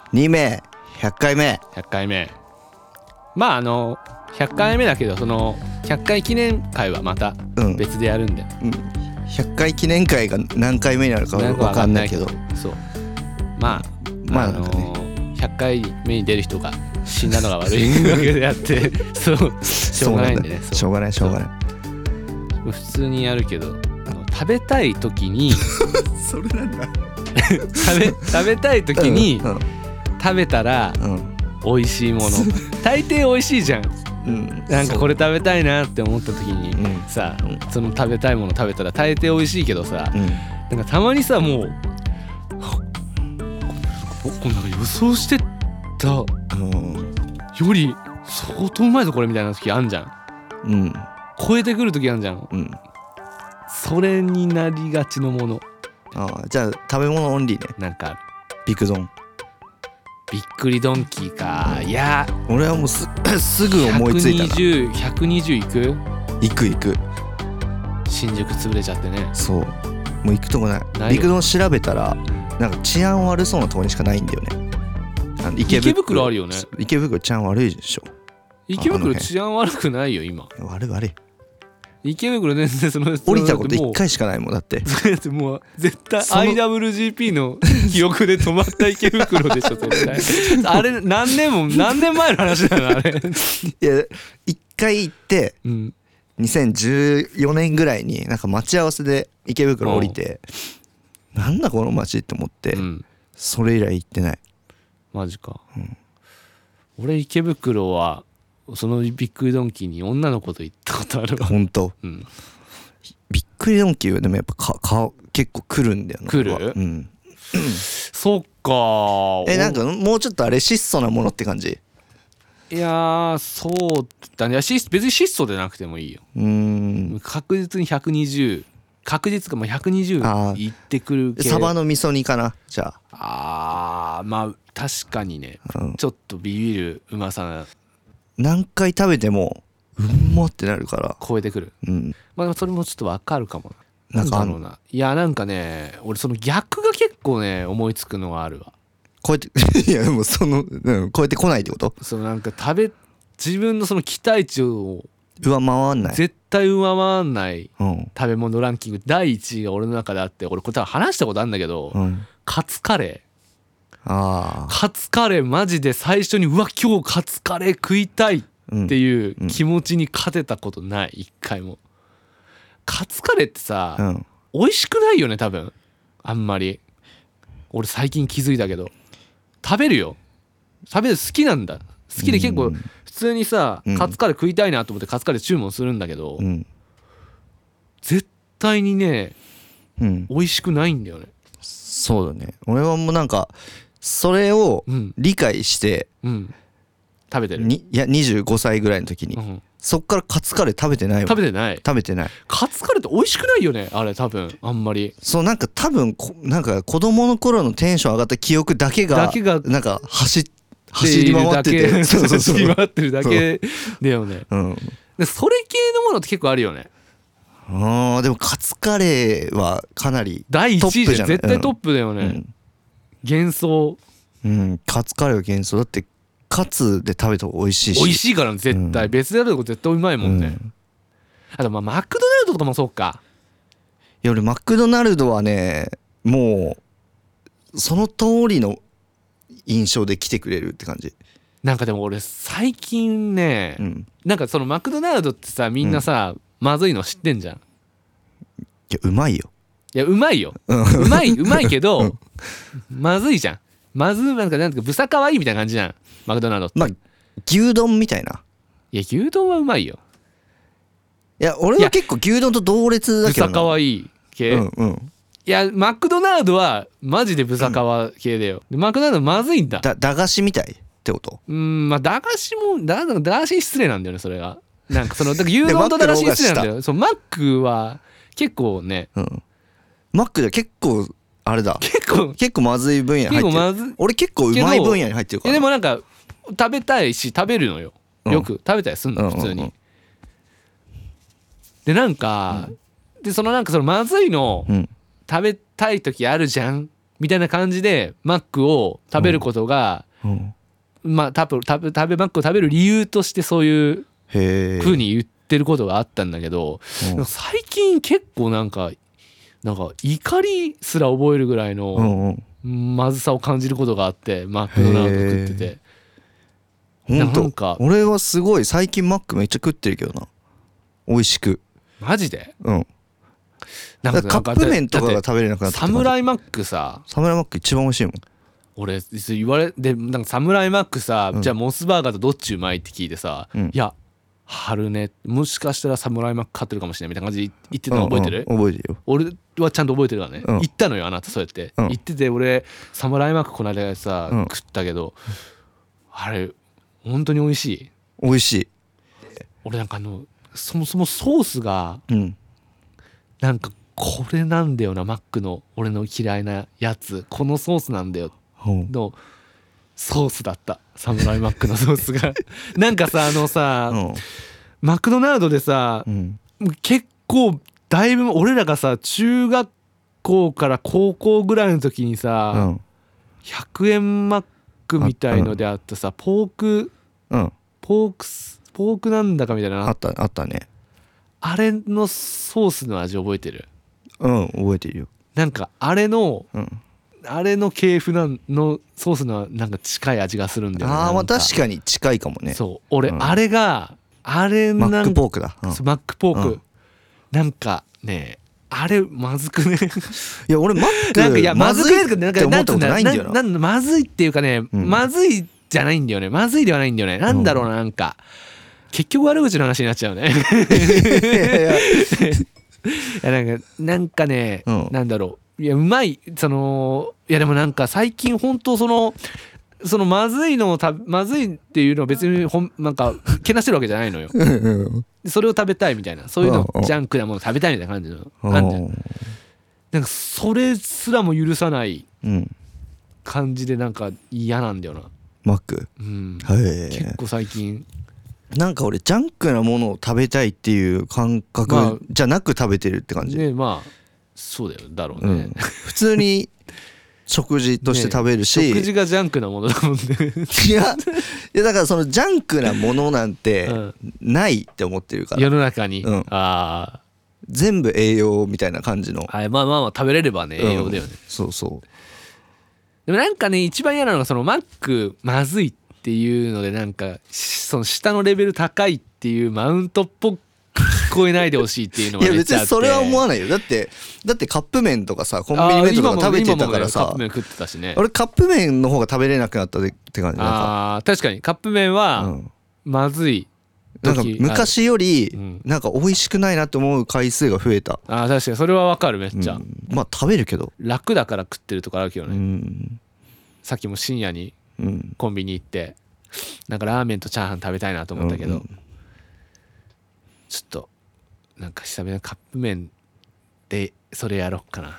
2名100回目 100回目。まあ100回目だけどその100回記念会はまた別でやるんで、 100回記念会が何回目になるか分かんないけど、 そうまあなんかね 100回目に出る人が死んだのが悪いわけであってそうしょうがないんでね。 しょうがない普通にやるけど食べたい時にそれなんだ食べたい時に食べたら美味しいもの大抵美味しいじゃん、なんかこれ食べたいなって思った時にさ、その食べたいもの食べたら大抵美味しいけどさ、なんかたまにさもうこんな予想してたより相当うまいぞこれみたいな時あんじゃん、超えてくる時あんじゃん、それになりがちのもの。 じゃあ食べ物オンリーね。 なんかビッグドンびっくりドンキーか。いや俺はもうすぐ思いついたな。 120いく行く新宿潰れちゃってね。 そうもう行くとこないビッグドン調べたらなんか治安悪そうなとこにしかないんだよね。 池袋あるよね。 池袋治安悪いでしょ。 池袋治安悪くないよ今。 悪い池袋全然その降りたこと1回しかないもんだって。 もう絶対 IWGP の記憶で止まった池袋でしょ絶対。あれ何年前の話だなあれ。いや 1回行って、2014年ぐらいになんか待ち合わせで池袋降りて、なんだこの街って思って、それ以来行ってない。 マジか、俺池袋はそのビックリドンキーに女の子と行ったことあるわ。 ほんと、ビックリドンキーはでもやっぱ結構来るんだよな。 来る？そっか。 なんかもうちょっとあれ質素なものって感じ？ いやーそうだね。別に質素でなくてもいいよ。確実に120確実かもう120いってくる系。 サバの味噌煮かなじゃあ。まあ確かにね、ちょっとビビるうまさ。 何回食べてもうんまってなるから超えてくる。まあそれもちょっとわかるかもな。なんだろうな。いやなんかね俺その逆が結構ね思いつくのがあるわ。 超えていやでも超えてこないってこと？ そのなんか自分のその期待値を上回んない。 絶対上回んない食べ物ランキング第1位が俺の中であって、俺これ多分話したことあるんだけど、カツカレー。カツカレーマジで最初にうわ今日カツカレー食いたいっていう気持ちに勝てたことない一回も。カツカレーってさ、美味しくないよね多分あんまり。俺最近気づいたけど食べる好きなんだ。好きで結構普通にさ、カツカレー食いたいなと思ってカツカレー注文するんだけど、絶対にね、美味しくないんだよね。 そうだね。俺はもうなんかそれを理解して、 食べてる。 いや25歳ぐらいの時に、そっからカツカレー食べてないわ。食べてないカツカレーって美味しくないよねあれ多分あんまり。 そうなんか多分なんか子供の頃のテンション上がった記憶だけがなんか走り回ってて走り回ってるだけだよね。でそれ系のものって結構あるよね。 でもカツカレーはかなり第1位じゃん。絶対トップだよね。幻想。 カツカレーは幻想だって。カツで食べた方が美味しいし。 美味しいから絶対、別でやるとこ絶対うまいもんね。あとまあマクドナルドとかもそうか。 いや俺マクドナルドはねもうその通りの印象で来てくれるって感じ。 なんかでも俺最近ね、なんかそのマクドナルドってさみんなさ、まずいの知ってんじゃん。 いやうまいよ。 うまいけど、まずいじゃん。まずなんかブサかわいいみたいな感じじゃんマクドナルドって。 まあ牛丼みたいな。 いや牛丼はうまいよ。 いや俺は結構牛丼と同列だけどな。 ブサかわいい系。いやマクドナルドはマジでブサかわ系だよ。マクドナルドまずいんだ。 駄菓子みたいってこと？ まあ駄菓子も駄菓子に失礼なんだよねそれが。なんかそのだから牛丼と駄菓子に失礼なんだよ。そうマックは結構ね。 マックで結構あれだ。結構まずい分野に入ってる。俺結構うまい分野に入ってるから。 でもなんか食べたいし食べるのよ。よく食べたりすんの普通に。でなんかでそのなんかそのまずいの食べたい時あるじゃん。 みたいな感じでマックを食べることが、まあマックを食べる理由としてそういう風に言ってることがあったんだけど、最近結構なんか怒りすら覚えるぐらいのまずさを感じることがあって、マクドナルド食ってて。 なんか俺はすごい最近マックめっちゃ食ってるけどな、美味しく。 マジで？ なんかカップ麺とかが食べれなくなった。 サムライマックさ、 サムライマック一番美味しいもん。 俺言われで、なんかサムライマックさ、じゃあモスバーガーとどっちうまいって聞いてさ、いや春ね、もしかしたらサムライマック買ってるかもしれないみたいな感じで言ってたの覚えてる？ 覚えてるよ。 俺はちゃんと覚えてるからね、言ったのよあなたそうやって、言ってて、俺サムライマックこの間さ、食ったけどあれ本当に美味しい。 美味しい。 俺なんかそもそもソースが、なんかこれなんだよな、マックの俺の嫌いなやつ、このソースなんだよのソースだった、サムライマックのソースがなんかさマクドナルドでさ、結構だいぶ俺らがさ中学校から高校ぐらいの時にさ、100円マックみたいのであったさ、ポークなんだかみたいなあったね。 あれのソースの味覚えてる？ 覚えてるよ。 なんかあれの系譜のソースのなんか近い味がするんだよね。 まあ確かに近いかもね。 そう俺、あれがマックポークだ。 マックポーク、なんかねあれまずくねいや俺マックなんかまずいって思ったことないんだよな。 まずいっていうかね、まずいじゃないんだよね。まずいではないんだよね。なんだろうな、なんか結局悪口の話になっちゃうねいやなんかね、なんだろう、いやうまい、いやでもなんか最近本当そのまずいっていうのは別になんかけなしてるわけじゃないのよそれを食べたいみたいな、そういうのジャンクなもの食べたいみたいな感じの感じ、なんかそれすらも許さない感じでなんか嫌なんだよな、 マック。 結構最近なんか俺ジャンクなものを食べたいっていう感覚じゃなく食べてるって感じ。 ね、まあそうだよ、だろうね、 普通に食事として食べるし、 食事がジャンクなものだもんねいやだからそのジャンクなものなんてないって思ってるから、 世の中に、 全部栄養みたいな感じの、 まあ食べれればね栄養だよね、 そうそう。 でもなんかね一番嫌なのがそのマックまずいっていうので、なんかその下のレベル高いっていうマウントっぽく聞こえないでほしいっていうのがめっちゃあって。いや別にそれは思わないよ。だってカップ麺とかさ、コンビニ麺とか食べてたからさ、 カップ麺食ってたしね。 俺カップ麺の方が食べれなくなったって感じ。 確かにカップ麺はまずい、 なんか昔よりなんか美味しくないなって思う回数が増えた。 確かにそれはわかる、めっちゃ、 まあ食べるけど楽だから食ってるとかあるけどね、さっきも深夜にコンビニ行ってなんかラーメンとチャーハン食べたいなと思ったけど、ちょっとなんか久々にカップ麺でそれやろっかなって、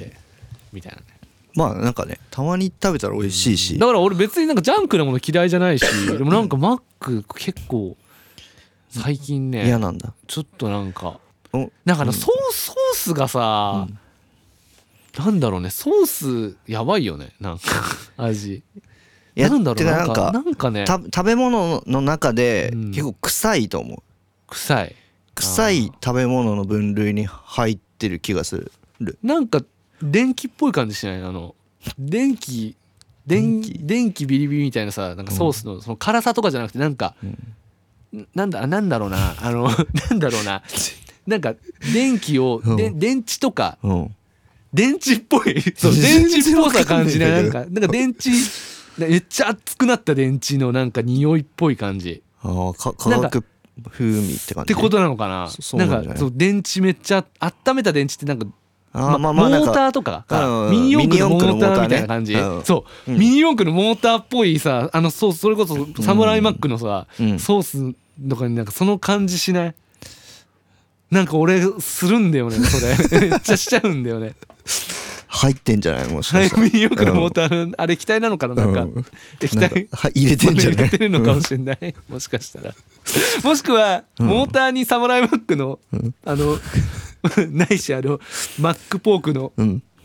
みたいなね。 まあなんかね、たまに食べたら美味しいし、 だから俺別になんかジャンクなもの嫌いじゃないしでもなんかマック結構最近ね嫌なんだ。 ちょっとなんかソースがさ、なんだろうね、ソースやばいよね、なんか味。なんだろう、なんかね、 食べ物の中で結構臭いと思う。臭い食べ物の分類に入ってる気がする。 なんか電気っぽい感じしない？電気ビリビリみたいなさ、なんかソースのその辛さとかじゃなくて、なんか、なんだろうな、なんだろうな、なんか電気を電池とか、電池っぽい、そう電池っぽさ感じで、なんか電池めっちゃ熱くなった電池のなんか匂いっぽい感じ。 化学風味って感じってことなのかな。なんかそう電池めっちゃ温めた電池ってなんかモーターとかミニ四駆のモーターみたいな感じ。そうミニ四駆のモーターっぽいさ、それこそサムライマックのさソースとかになんかその感じしない？なんか俺するんだよね、それめっちゃしちゃうんだよね。 入ってんじゃない？もしかしたらミニ四駆のモーター、あれ液体なのかな、なんか液体入れてんじゃない？ 入れてるのかもしれない、もしかしたら。もしくはモーターにサムライマックのないしマックポークの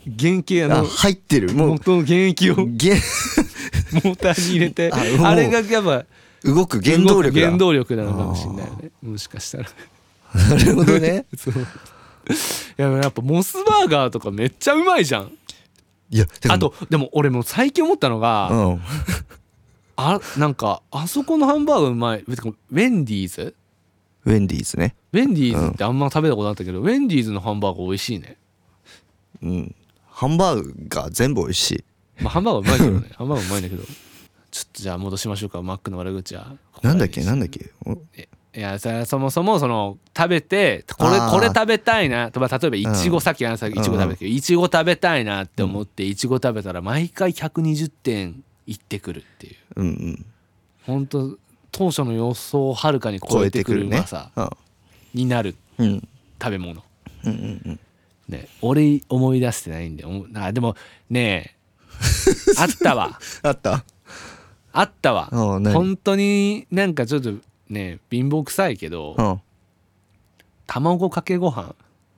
原型入ってるもう元の原液をモーターに入れてあれがやっぱ動く原動力なのかもしれないよね、もしかしたら。 なるほどね。 そういややっぱモスバーガーとかめっちゃうまいじゃん。 いやあとでも俺も最近思ったのが、なんかあそこのハンバーガーうまい。ウェンディーズね。 ウェンディーズってあんま食べたことなかったけど、ウェンディーズのハンバーガー美味しいね。 ハンバーガー全部美味しい。 まあハンバーガーうまいけどねハンバーガーうまいんだけど、ちょっとじゃあ戻しましょうか。マックの悪口はなんだっけいやそもそもその食べてこれ食べたいなと、例えばいちご、さっきいちご食べたけどいちご食べたいなって思っていちご食べたら毎回120点いってくるっていう、本当当初の予想をはるかに超えてくるうまさになる食べ物、ね、俺思い出してないんで。でもねあったわあったわ本当になんかちょっとね貧乏くさいけど、卵かけご飯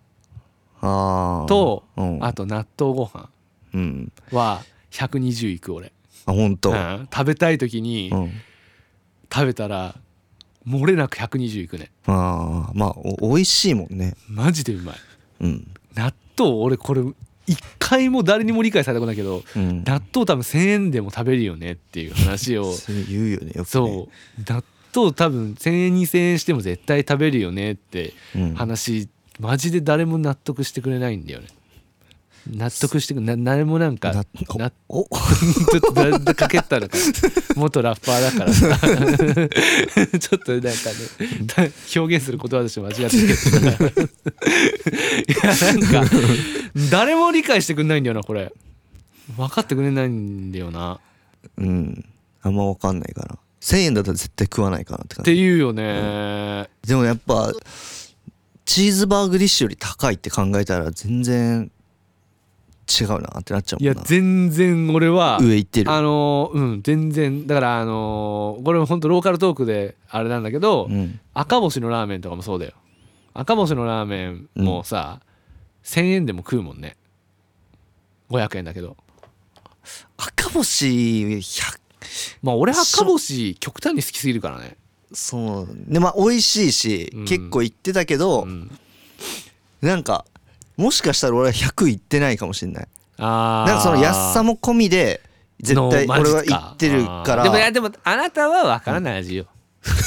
と、あと納豆ご飯は120いく俺。 本当、 食べたい時に、食べたら漏れなく120いくね。 まあ美味しいもんね。 マジでうまい。納豆俺これ一回も誰にも理解されたことないけど、納豆多分1000円でも食べるよねっていう話をそれ言うよねよくね。 そう納豆多分1000円2000円しても絶対食べるよねって話、マジで誰も納得してくれないんだよね。納得してくれ誰もなんかちょっと誰かけたのか元ラッパーだからさちょっとなんかね表現する言葉として間違ってるけどいやなんか誰も理解してくれないんだよなこれ。分かってくれないんだよな。 あんま分かんないから1000円だったら絶対食わないかなって感じっていうよね、 でもやっぱチーズバーグリッシュより高いって考えたら全然違うなってなっちゃうもんな。 いや全然俺は上行ってる。 全然だからこれも本当ローカルトークであれなんだけど、赤星のラーメンとかもそうだよ。赤星のラーメンもさ、1000円でも食うもんね。500円だけど赤星100、 まあ俺赤星極端に好きすぎるからね。 そうでまあ美味しいし、結構行ってたけど、なんかもしかしたら俺は100いってないかもしれない。なんかその安さも込みで絶対俺は行ってるから。 でもあなたは分からない味よ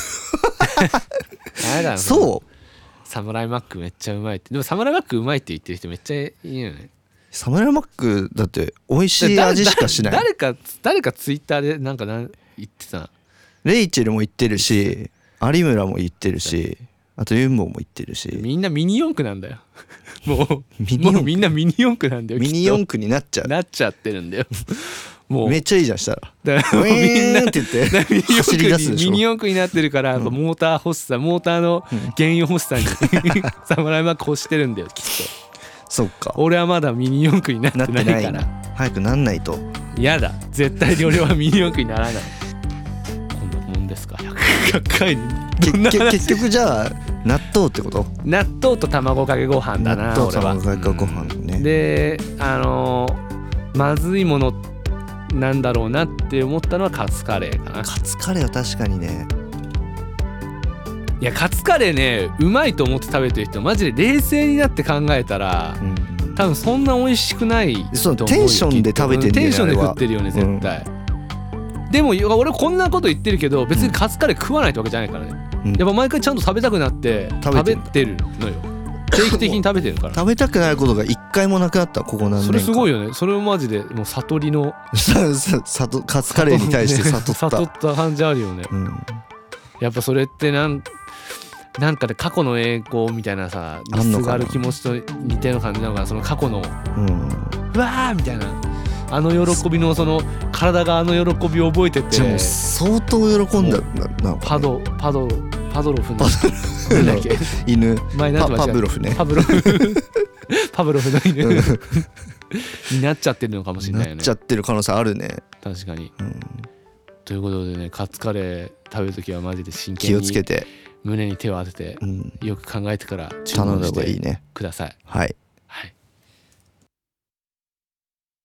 そうサムライマックめっちゃうまいって。でもサムライマックうまいって言ってる人めっちゃいいよね。 サムライマックだって美味しい味しかしない。 誰かツイッターでなんか言ってた。 レイチェルも言ってるし有村も言ってるし、あとユンボも言ってるし、 みんなミニ四駆なんだよもうみんなミニ四駆なんだよ。 ミニ四駆になっちゃってるんだよもうめっちゃいいじゃんしたらだからみんなって言って走り出すでしょ。 ミニ四駆になってるから、やっぱモーター欲しさ、モーターの原油欲しさにサムライマック欲してるんだよきっと。 そっか。 俺はまだミニ四駆になってないから早くなんないと。 やだ絶対に俺はミニ四駆にならないこんなもんですか100回結局じゃあ納豆ってこと？ 納豆と卵かけご飯だな。 納豆と卵かけご飯ね、 でまずいものなんだろうなって思ったのはカツカレーかな。 カツカレーは確かにね。 いやカツカレーねうまいと思って食べてる人マジで冷静になって考えたら、多分そんな美味しくないと思うよ。 そうテンションで食べてるんだよね。 テンションで食ってるよね絶対、でも俺こんなこと言ってるけど別にカツカレー食わないってわけじゃないからね、やっぱ毎回ちゃんと食べたくなって食べてるのよ。定期的に食べてるから食べたくなることが一回もなくなった。ここ何年か。 それすごいよね。それをマジでもう悟りのカツカレーに対して悟った感じあるよね、やっぱそれってなんかで過去の栄光みたいなさリスがある気持ちと似てる感じなのかな。その過去の、うわーみたいな喜びのその体が喜びを覚えてて、 じゃあもう相当喜んだんだな。 パドロフのなんだっけ犬前なんてパブロフね。 パブロフの犬になっちゃってるのかもしれないよね。 なっちゃってる可能性あるね。 確かに、ということでねカツカレー食べるときはマジで真剣に気をつけて胸に手を当てて、よく考えてから注文してください。 はい。